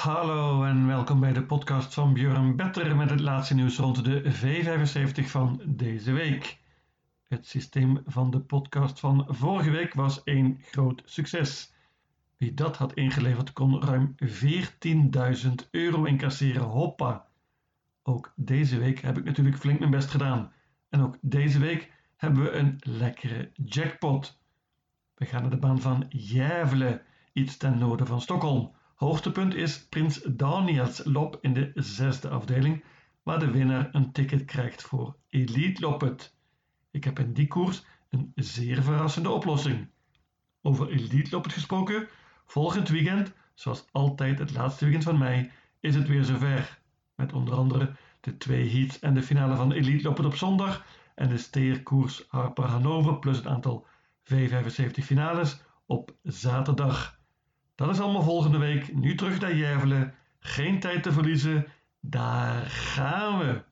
Hallo en welkom bij de podcast van Björn Better met het laatste nieuws rond de V75 van deze week. Het systeem van de podcast van vorige week was een groot succes. Wie dat had ingeleverd kon ruim €14.000 incasseren, hoppa. Ook deze week heb ik natuurlijk flink mijn best gedaan. En ook deze week hebben we een lekkere jackpot. We gaan naar de baan van Gävle, iets ten noorden van Stockholm. Hoogtepunt is Prins Daniels Lopp in de 6e afdeling, waar de winnaar een ticket krijgt voor Elite Loppet. Ik heb in die koers een zeer verrassende oplossing. Over Elite Loppet gesproken, volgend weekend, zoals altijd het laatste weekend van mei, is het weer zover. Met onder andere de 2 heats en de finale van Elite Loppet op zondag en de steerkoers Harper Hannover plus een aantal V75 finales op zaterdag. Dat is allemaal volgende week. Nu terug naar Gävle. Geen tijd te verliezen. Daar gaan we.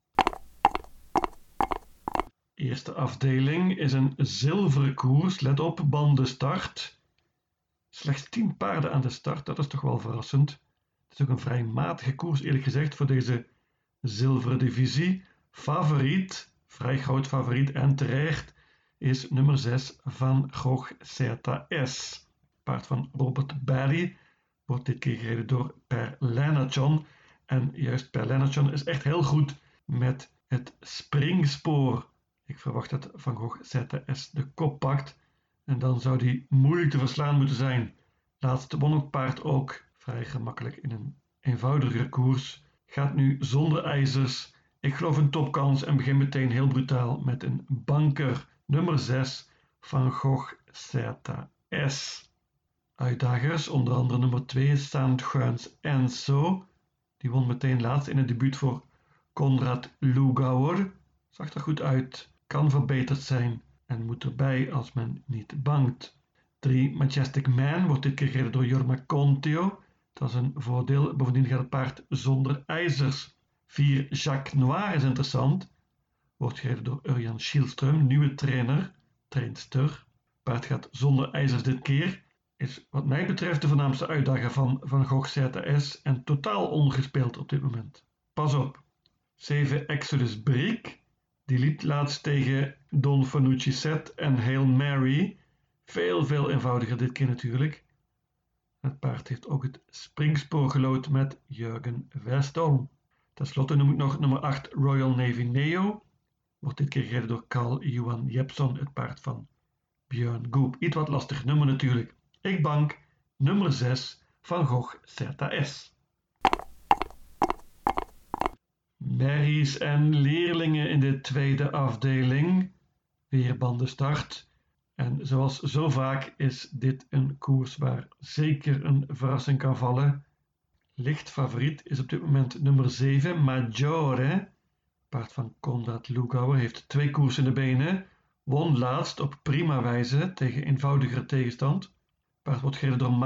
Eerste afdeling is een zilveren koers. Let op, bandenstart. Slechts 10 paarden aan de start. Dat is toch wel verrassend. Het is ook een vrij matige koers eerlijk gezegd voor deze zilveren divisie. Favoriet, vrij groot favoriet en terecht, is nummer 6 Van Gogh ZS. Paard van Robert Barry wordt dit keer gereden door Per Lennartson. En juist Per Lennartson is echt heel goed met het springspoor. Ik verwacht dat Van Gogh ZS de kop pakt. En dan zou die moeilijk te verslaan moeten zijn. Laatst won het paard ook vrij gemakkelijk in een eenvoudigere koers. Gaat nu zonder ijzers. Ik geloof een topkans en begin meteen heel brutaal met een banker. Nummer 6 Van Gogh ZS. Uitdagers, onder andere nummer 2 Saint-Geuns Enzo. Die won meteen laatst in het debuut voor Konrad Lugauer. Zag er goed uit, kan verbeterd zijn en moet erbij als men niet bangt. 3 Majestic Man wordt dit keer gereden door Jorma Kontio. Dat is een voordeel, bovendien gaat het paard zonder ijzers. 4 Jacques Noir is interessant. Wordt gereden door Urjan Kihlström, nieuwe trainster. Paard gaat zonder ijzers dit keer. Is wat mij betreft de voornaamste uitdager van Van Gogh ZS en totaal ongespeeld op dit moment. Pas op. 7 Exodus Brick. Die liep laatst tegen Don Fanucci Set en Hail Mary. Veel eenvoudiger dit keer natuurlijk. Het paard heeft ook het springspoor gelood met Jurgen Westholm. Ten slotte noem ik nog nummer 8 Royal Navy Neo. Wordt dit keer gereden door Carl-Johan Jeppson, het paard van Björn Goop. Iets wat lastig nummer natuurlijk. Ik bank nummer 6 Van Gogh ZS. Merries en leerlingen in de tweede afdeling. Weer bandenstart. En zoals zo vaak is dit een koers waar zeker een verrassing kan vallen. Licht favoriet is op dit moment nummer 7 Maggiore. Paard van Konrad Lugauer heeft 2 koersen in de benen. Won laatst op prima wijze tegen eenvoudigere tegenstand. Paard wordt gereden door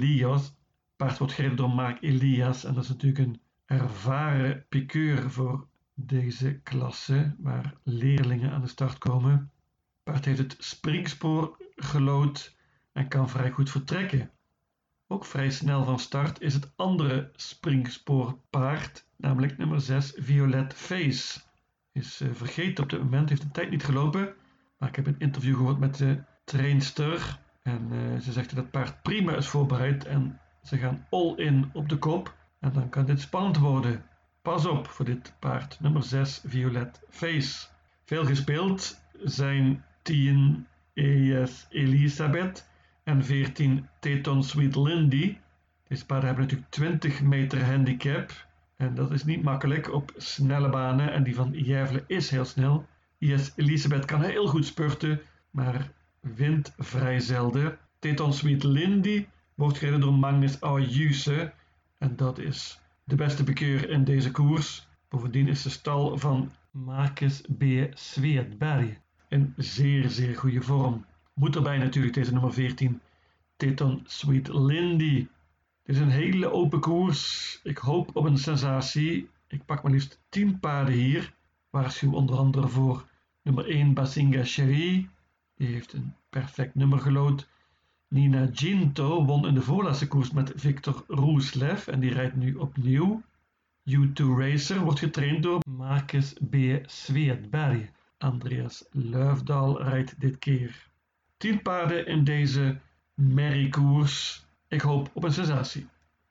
Mark Elias. En dat is natuurlijk een ervaren piqueur voor deze klasse waar leerlingen aan de start komen. Paard heeft het springspoor gelood en kan vrij goed vertrekken. Ook vrij snel van start is het andere springspoorpaard, namelijk nummer 6 Violet Face. Is vergeten op dit moment, heeft de tijd niet gelopen. Maar ik heb een interview gehoord met de trainster. En ze zegt dat het paard prima is voorbereid en ze gaan all in op de kop. En dan kan dit spannend worden. Pas op voor dit paard, nummer 6 Violet Face. Veel gespeeld zijn 10 ES Elisabeth en 14 Teton Sweet Lindy. Deze paarden hebben natuurlijk 20 meter handicap. En dat is niet makkelijk op snelle banen. En die van Gävle is heel snel. ES Elisabeth kan heel goed spurten, maar wint vrij zelden. Teton Sweet Lindy wordt gereden door Magnus Ayuse. En dat is de beste bekeur in deze koers. Bovendien is de stal van Marcus B. Svedberg in zeer goede vorm. Moet erbij natuurlijk deze nummer 14, Teton Sweet Lindy. Dit is een hele open koers. Ik hoop op een sensatie. Ik pak maar liefst 10 paarden hier. Waarschuw onder andere voor nummer 1 Basinga Cherie. Die heeft een perfect nummer gelood. Nina Ginto won in de voorlaatste koers met Victor Roeslev en die rijdt nu opnieuw. U2 Racer wordt getraind door Marcus B. Svedberg. Andreas Löfdahl rijdt dit keer. 10 paarden in deze merriekoers. Ik hoop op een sensatie.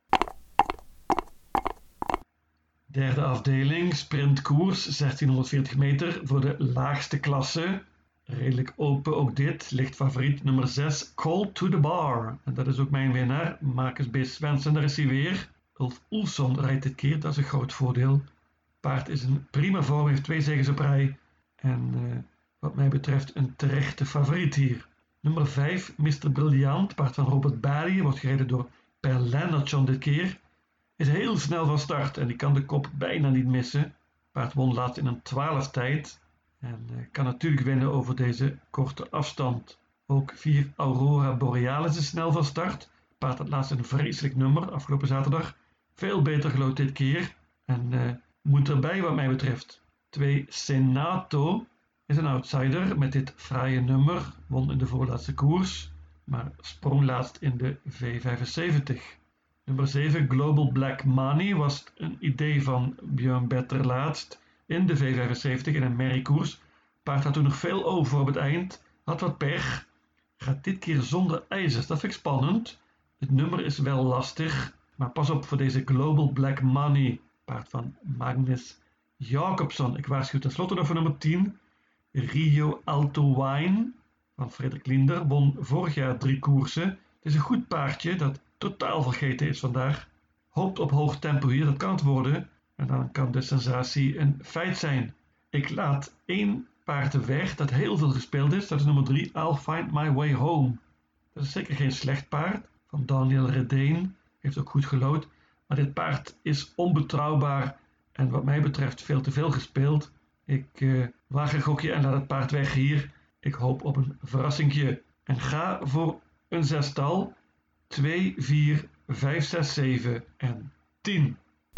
Derde afdeling, sprintkoers, 1640 meter voor de laagste klasse. Redelijk open ook dit, ligt favoriet nummer 6, Call to the Bar. En dat is ook mijn winnaar, Marcus B. Svensson, daar is hij weer. Ulf Olsson rijdt dit keer, dat is een groot voordeel. Paard is in prima vorm, heeft 2 zegens op rij. En wat mij betreft een terechte favoriet hier. Nummer 5, Mr. Brilliant, paard van Robert Barry, wordt gereden door Per Lennartson dit keer. Is heel snel van start en die kan de kop bijna niet missen. Paard won laatst in een 12 tijd en kan natuurlijk winnen over deze korte afstand. Ook 4 Aurora Borealis is snel van start. Paard had laatst een vreselijk nummer afgelopen zaterdag. Veel beter gelood dit keer en moet erbij wat mij betreft. 2 Senato is een outsider met dit fraaie nummer. Won in de voorlaatste koers, maar sprong laatst in de V75. Nummer 7, Global Black Money, was een idee van Björn Better laatst in de V75 in een merriekoers. Paard had toen nog veel over op het eind, had wat pech. Gaat dit keer zonder ijzers, dat vind ik spannend. Het nummer is wel lastig, maar pas op voor deze Global Black Money. Paard van Magnus Jacobsson. Ik waarschuw tenslotte nog voor nummer 10, Rio Alto Wine van Frederik Linder. Won vorig jaar 3 koersen. Het is een goed paardje dat totaal vergeten is vandaag. Hoopt op hoog tempo hier, dat kan het worden. En dan kan de sensatie een feit zijn. Ik laat 1 paard weg dat heel veel gespeeld is. Dat is nummer 3, I'll Find My Way Home. Dat is zeker geen slecht paard. Van Daniel Redeen. Heeft ook goed gelood. Maar dit paard is onbetrouwbaar. En wat mij betreft veel te veel gespeeld. Ik waag een gokje en laat het paard weg hier. Ik hoop op een verrassingje. En ga voor een zestal. 2, 4, 5, 6, 7 en 10.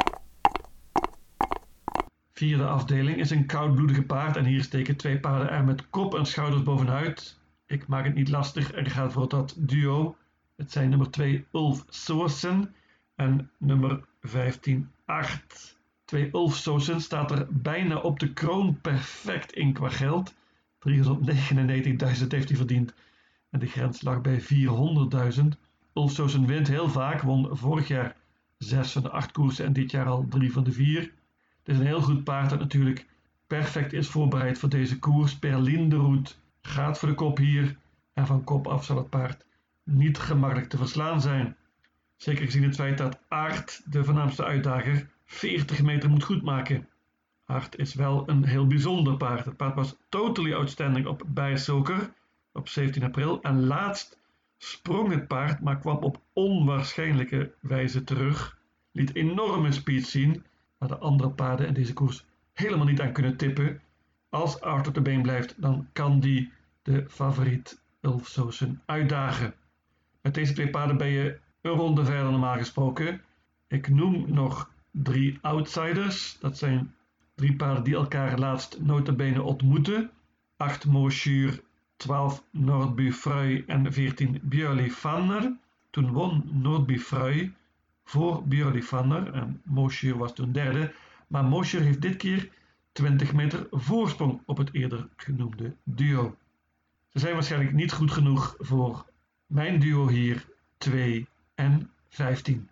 Vierde afdeling is een koudbloedige paard en hier steken 2 paarden er met kop en schouders bovenuit. Ik maak het niet lastig en ga voor dat duo. Het zijn nummer 2 Ulf Soesen en nummer 15 8. 2 Ulf Soesen staat er bijna op de kroon perfect in qua geld. 399.000 heeft hij verdiend en de grens lag bij 400.000. Ulf Soesen wint heel vaak, won vorig jaar 6 van de 8 koersen en dit jaar al 3 van de 4. Het is een heel goed paard dat natuurlijk perfect is voorbereid voor deze koers. Per Linderoet gaat voor de kop hier en van kop af zal het paard niet gemakkelijk te verslaan zijn. Zeker gezien het feit dat Aert, de voornaamste uitdager, 40 meter moet goedmaken. Aert is wel een heel bijzonder paard. Het paard was totally outstanding op Bijsoker op 17 april en laatst sprong het paard, maar kwam op onwaarschijnlijke wijze terug. Liet enorme speed zien, waar de andere paarden in deze koers helemaal niet aan kunnen tippen. Als Aert op de been blijft, dan kan die de favoriet Ulf Soesen uitdagen. Met deze 2 paarden ben je een ronde verder normaal gesproken. Ik noem nog 3 outsiders. Dat zijn 3 paarden die elkaar laatst nota bene ontmoeten. 8 Mosjur, 12 Nordby Frøy en 14 Bjørli Fanner. Toen won Nordby Frøy voor Bjørli Fanner en Mosjur was toen derde. Maar Mosjur heeft dit keer 20 meter voorsprong op het eerder genoemde duo. Ze zijn waarschijnlijk niet goed genoeg voor mijn duo hier, 2 en 15.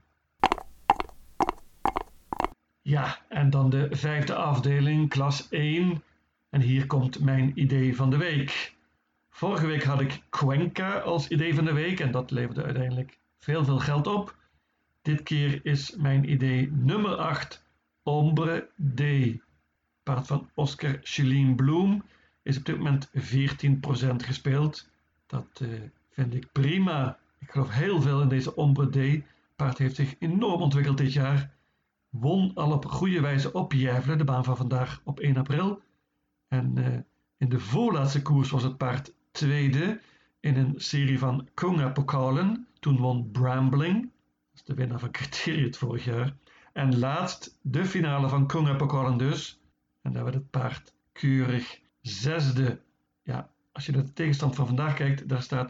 Ja, en dan de 5e afdeling, klas 1. En hier komt mijn idee van de week. Vorige week had ik Cuenca als idee van de week en dat leverde uiteindelijk veel geld op. Dit keer is mijn idee nummer 8, Ombre D. Paard van Oscar Schelien Bloem is op dit moment 14% gespeeld. Dat vind ik prima. Ik geloof heel veel in deze Ombre D. Paard heeft zich enorm ontwikkeld dit jaar. Won al op goede wijze op Järvelen, de baan van vandaag op 1 april. En in de voorlaatste koers was het paard tweede in een serie van Kungapokalen. Toen won Brambling, dat is de winnaar van Criterium vorig jaar. En laatst de finale van Kungapokalen dus. En daar werd het paard keurig zesde. Ja, als je naar de tegenstand van vandaag kijkt, daar staat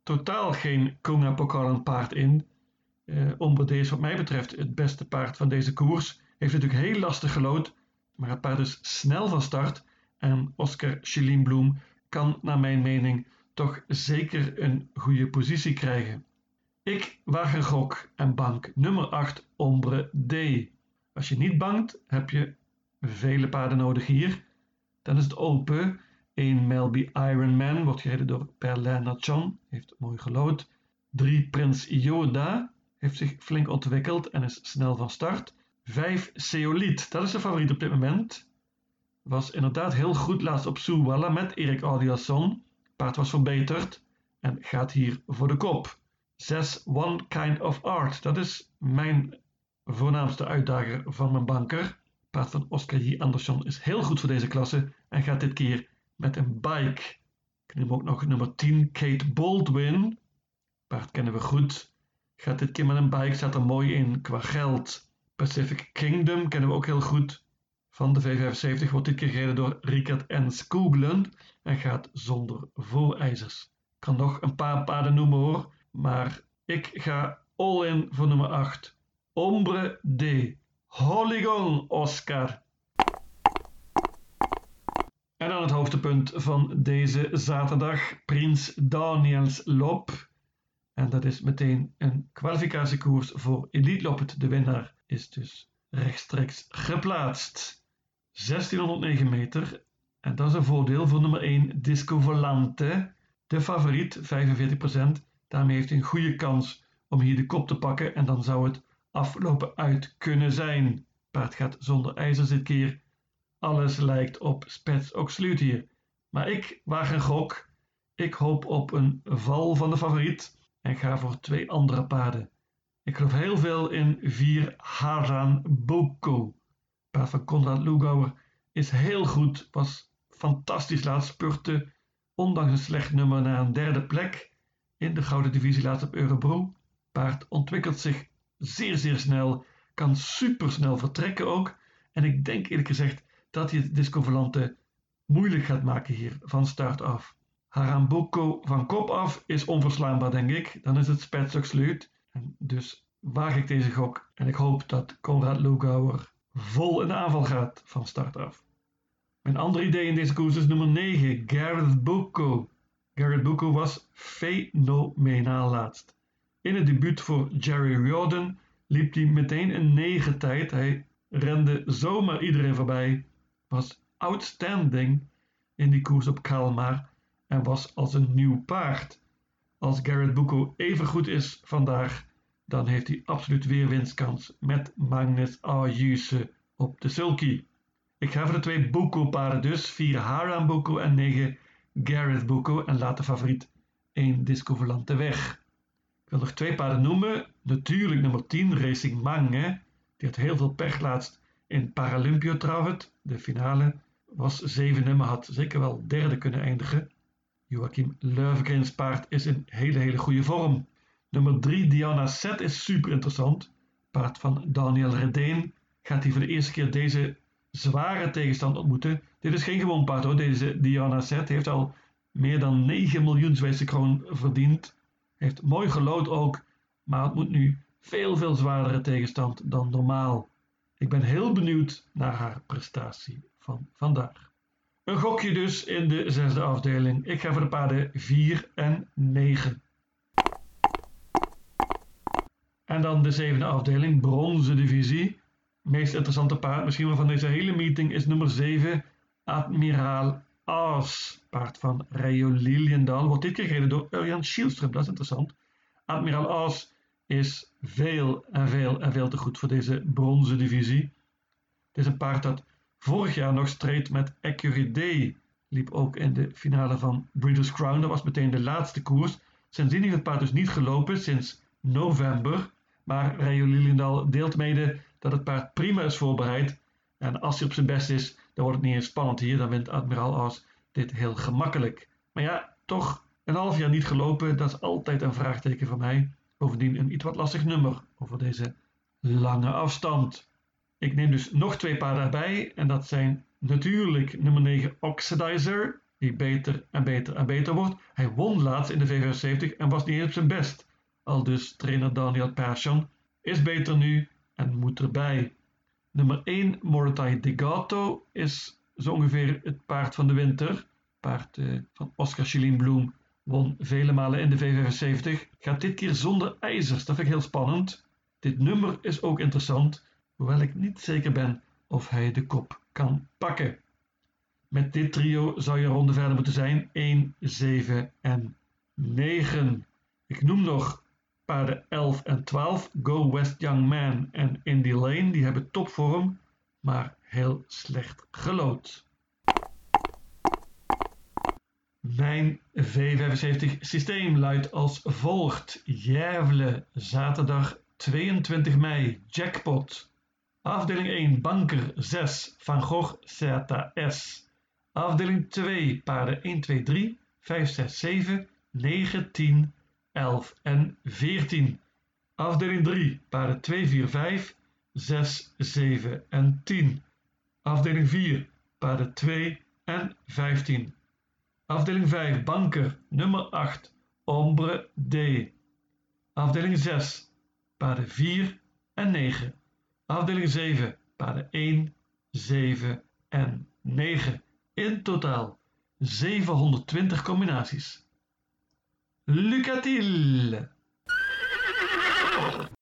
totaal geen Konga Pokalan paard in. Ombre D is wat mij betreft het beste paard van deze koers. Heeft natuurlijk heel lastig gelood, maar het paard is snel van start en Oscar Schielinbloem kan naar mijn mening toch zeker een goede positie krijgen. Ik waag een gok en bank nummer 8 Ombre D. Als je niet bangt heb je vele paarden nodig hier. Dan is het open. 1 Melby Ironman wordt gereden door Perlin Nachon, heeft mooi gelood. 3 Prins Yoda heeft zich flink ontwikkeld en is snel van start. 5 Seolit, dat is de favoriet op dit moment. Was inderdaad heel goed laatst op Souwalla met Erik Audiasson. Paard was verbeterd en gaat hier voor de kop. 6 One Kind of Art, dat is mijn voornaamste uitdager van mijn banker. Paard van Oscar J. Andersson is heel goed voor deze klasse en gaat dit keer met een bike. Ik neem ook nog nummer 10 Kate Baldwin. Paard kennen we goed. Gaat dit keer met een bike, staat er mooi in qua geld. Pacific Kingdom kennen we ook heel goed. Van de V75 wordt dit keer gereden door Richard N. Skoglund en gaat zonder voorijzers. Ik kan nog een paar paarden noemen hoor, maar ik ga all in voor nummer 8. Ombre D. Holigong Oscar. En dan het hoogtepunt van deze zaterdag, Prins Daniels Loop. En dat is meteen een kwalificatiekoers voor Elite Loppet. De winnaar is dus rechtstreeks geplaatst. 1609 meter. En dat is een voordeel voor nummer 1 Disco Volante. De favoriet, 45%. Daarmee heeft hij een goede kans om hier de kop te pakken. En dan zou het aflopen uit kunnen zijn. Paard gaat zonder ijzers dit keer. Alles lijkt op spets Oxluit hier. Maar ik waag een gok. Ik hoop op een val van de favoriet. En ga voor 2 andere paarden. Ik geloof heel veel in 4 Haran Boko. Paard van Konrad Lugauer is heel goed. Was fantastisch laatst. Spurte ondanks een slecht nummer naar een 3e plek. In de gouden divisie laatst op Örebro. Paard ontwikkelt zich zeer snel. Kan supersnel vertrekken ook. En ik denk eerlijk gezegd dat hij het Disco Volante moeilijk gaat maken hier van start af. Harambuco van kop af is onverslaanbaar denk ik. Dan is het spets Oxluit. En dus waag ik deze gok. En ik hoop dat Konrad Lugauer vol in de aanval gaat van start af. Mijn andere idee in deze koers is nummer 9. Gareth Bucco. Gareth Bucco was fenomenaal laatst. In het debuut voor Jerry Riordan liep hij meteen een 9 tijd. Hij rende zomaar iedereen voorbij. Was outstanding in die koers op Kalmar en was als een nieuw paard. Als Gareth Bucco even goed is vandaag, dan heeft hij absoluut weer winstkans met Magnus Ayuse op de sulky. Ik ga voor de 2 Bucco paarden dus, 4 Haran Bucco en 9 Gareth Bucco en laat de favoriet 1 Disco Volante weg. Ik wil nog 2 paarden noemen. Natuurlijk nummer 10 Racing Mange. Die had heel veel pech laatst in Paralympio Travet. De finale was 7e, maar had zeker wel 3e kunnen eindigen. Joachim Löfgrens paard is in hele goede vorm. Nummer 3 Diana Set is super interessant. Paard van Daniel Redeen. Gaat hij voor de eerste keer deze zware tegenstand ontmoeten. Dit is geen gewoon paard hoor. Deze Diana Set heeft al meer dan 9 miljoen Zweedse kroon verdiend. Heeft mooi gelood ook, maar het moet nu veel zwaardere tegenstand dan normaal. Ik ben heel benieuwd naar haar prestatie van vandaag. Een gokje dus in de 6e afdeling. Ik ga voor de paarden 4 en 9. En dan de 7e afdeling, bronzen divisie. Meest interessante paard misschien wel van deze hele meeting is nummer 7, Admiraal Aas. Paard van Reijo Liljendahl. Wordt dit keer gereden door Örjan Kihlström, dat is interessant. Admiraal Aas is veel te goed voor deze bronzen divisie. Het is een paard dat vorig jaar nog streed met Ecuride. Liep ook in de finale van Breeders' Crown. Dat was meteen de laatste koers. Sindsdien heeft het paard dus niet gelopen sinds november. Maar Reijo Liljendahl deelt mede dat het paard prima is voorbereid. En als hij op zijn best is, dan wordt het niet eens spannend hier. Dan wint Admiraal Aas dit heel gemakkelijk. Maar ja, toch een half jaar niet gelopen. Dat is altijd een vraagteken voor mij. Bovendien een iets wat lastig nummer over deze lange afstand. Ik neem dus nog 2 paarden erbij. En dat zijn natuurlijk nummer 9 Oxidizer. die beter en beter en beter wordt. Hij won laatst in de V75 en was niet eens op zijn best. Aldus trainer Daniel Persson is beter nu en moet erbij. Nummer 1, Mordecai Degato, is zo ongeveer het paard van de winter. Paard van Oscar Schilling-Bloem won vele malen in de V75. Gaat dit keer zonder ijzers, dat vind ik heel spannend. Dit nummer is ook interessant, hoewel ik niet zeker ben of hij de kop kan pakken. Met dit trio zou je een ronde verder moeten zijn. 1, 7 en 9. Ik noem nog paarden 11 en 12. Go West Young Man en Indy Lane. Die hebben topvorm, maar heel slecht gelood. Mijn V75 systeem luidt als volgt. Järvle, zaterdag 22 mei, jackpot. Afdeling 1, banker 6, Van Gogh ZS. Afdeling 2, paarden 1, 2, 3, 5, 6, 7, 9, 10, 11 en 14. Afdeling 3, paarden 2, 4, 5, 6, 7 en 10. Afdeling 4, paarden 2 en 15. Afdeling 5, banker nummer 8, Ombre D. Afdeling 6, paarden 4 en 9. Afdeling 7, paarden 1, 7 en 9. In totaal 720 combinaties. Lucatiel!